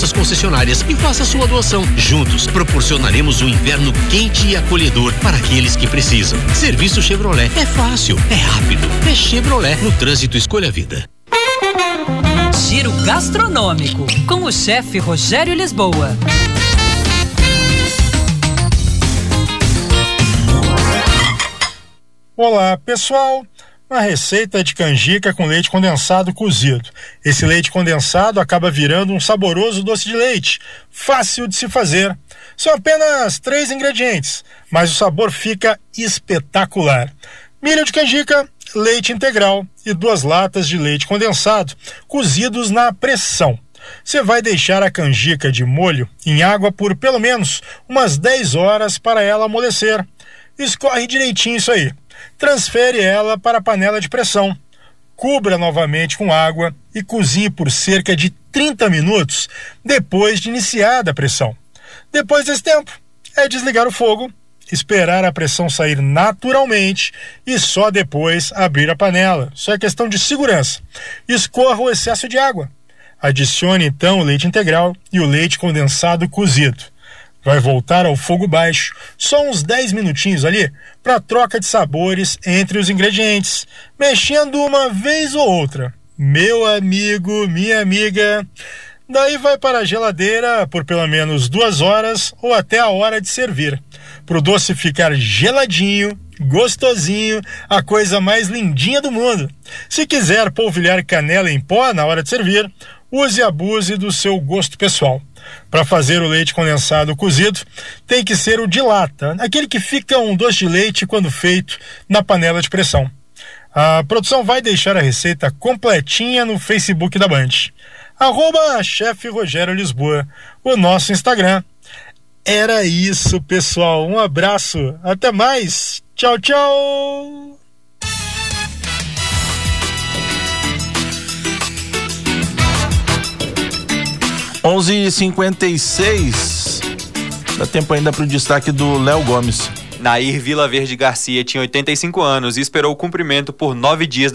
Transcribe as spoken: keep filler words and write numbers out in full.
nossas concessionárias e faça sua doação. Juntos, proporcionaremos um inverno quente e acolhedor para aqueles que precisam. Serviço Chevrolet é fácil, é rápido, é Chevrolet. No trânsito, escolha a vida. Giro gastronômico com o chefe Rogério Lisboa. Olá, pessoal. Uma receita de canjica com leite condensado cozido. Esse leite condensado acaba virando um saboroso doce de leite, fácil de se fazer. São apenas três ingredientes, mas o sabor fica espetacular. Milho de canjica, leite integral e duas latas de leite condensado, cozidos na pressão. Você vai deixar a canjica de molho em água por pelo menos umas dez horas para ela amolecer. Escorre direitinho isso aí. Transfere ela para a panela de pressão. Cubra novamente com água e cozinhe por cerca de trinta minutos depois de iniciada a pressão. Depois desse tempo, é desligar o fogo, esperar a pressão sair naturalmente e só depois abrir a panela. Isso é questão de segurança. Escorra o excesso de água. Adicione então o leite integral e o leite condensado cozido. Vai voltar ao fogo baixo, só uns dez minutinhos ali, para troca de sabores entre os ingredientes, mexendo uma vez ou outra. Meu amigo, minha amiga, daí vai para a geladeira por pelo menos duas horas ou até a hora de servir. Para o doce ficar geladinho, gostosinho, a coisa mais lindinha do mundo. Se quiser polvilhar canela em pó na hora de servir, use e abuse do seu gosto pessoal. Para fazer o leite condensado cozido, tem que ser o de lata, aquele que fica um doce de leite quando feito na panela de pressão. A produção vai deixar a receita completinha no Facebook da Band. Arroba Chefe Rogério Lisboa, o nosso Instagram. Era isso, pessoal. Um abraço. Até mais. Tchau, tchau. onze e cinquenta e seis. Dá tempo ainda para o destaque do Léo Gomes. Nair Vila Verde Garcia tinha oitenta e cinco anos e esperou o cumprimento por nove dias